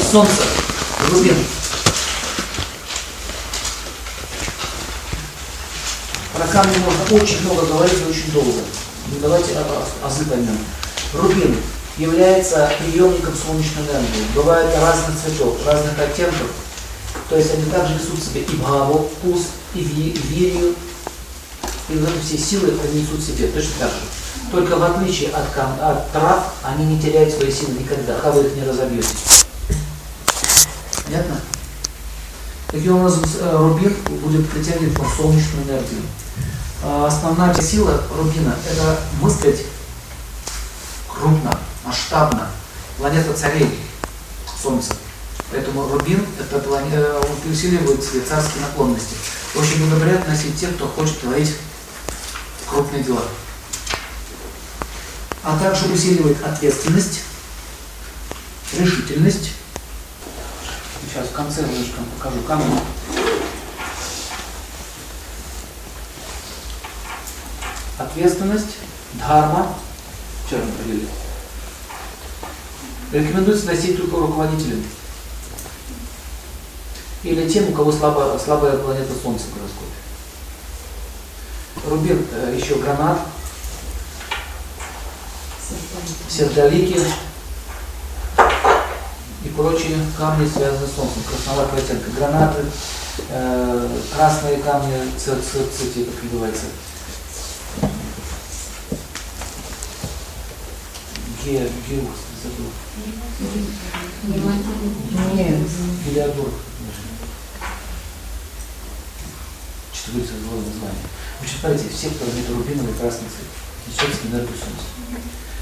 Солнце, рубин. Про камни можно очень много говорить и очень долго. Ну, давайте азы поймем. Рубин является приемником солнечной энергии. Бывают разных цветов, разных оттенков. То есть они также несут в себе и бхаву, вкус, и вирию. И вот эти все силы они несут в себе точно так же. Только в отличие от трав, они не теряют свои силы никогда, пока вы их не разобьете. Понятно? Таким образом, рубин будет притягивать вам солнечную энергию. Основная сила рубина – это мыслить крупно, масштабно. Планета царей, Солнце. Поэтому рубин – это усиливает свои царские наклонности. Очень благоприятно носить тех, кто хочет творить крупные дела. А также усиливает ответственность, решительность. Сейчас в конце немножко покажу камень. Ответственность, дхарма. Вчера мы проверили. Рекомендуется носить только руководителям. Или тем, у кого слабая планета Солнца в гороскопе. Рубин, еще гранат, сердолики и прочие камни, связанные с Солнцем, красноватого оттенка. Гранаты, красные камни, цветы, как называется. Забыл. Нет. Гелиодор. Что-то будет название. В общем, смотрите, все, кто имеет рубиновый красный цвет, несет энергию Солнца.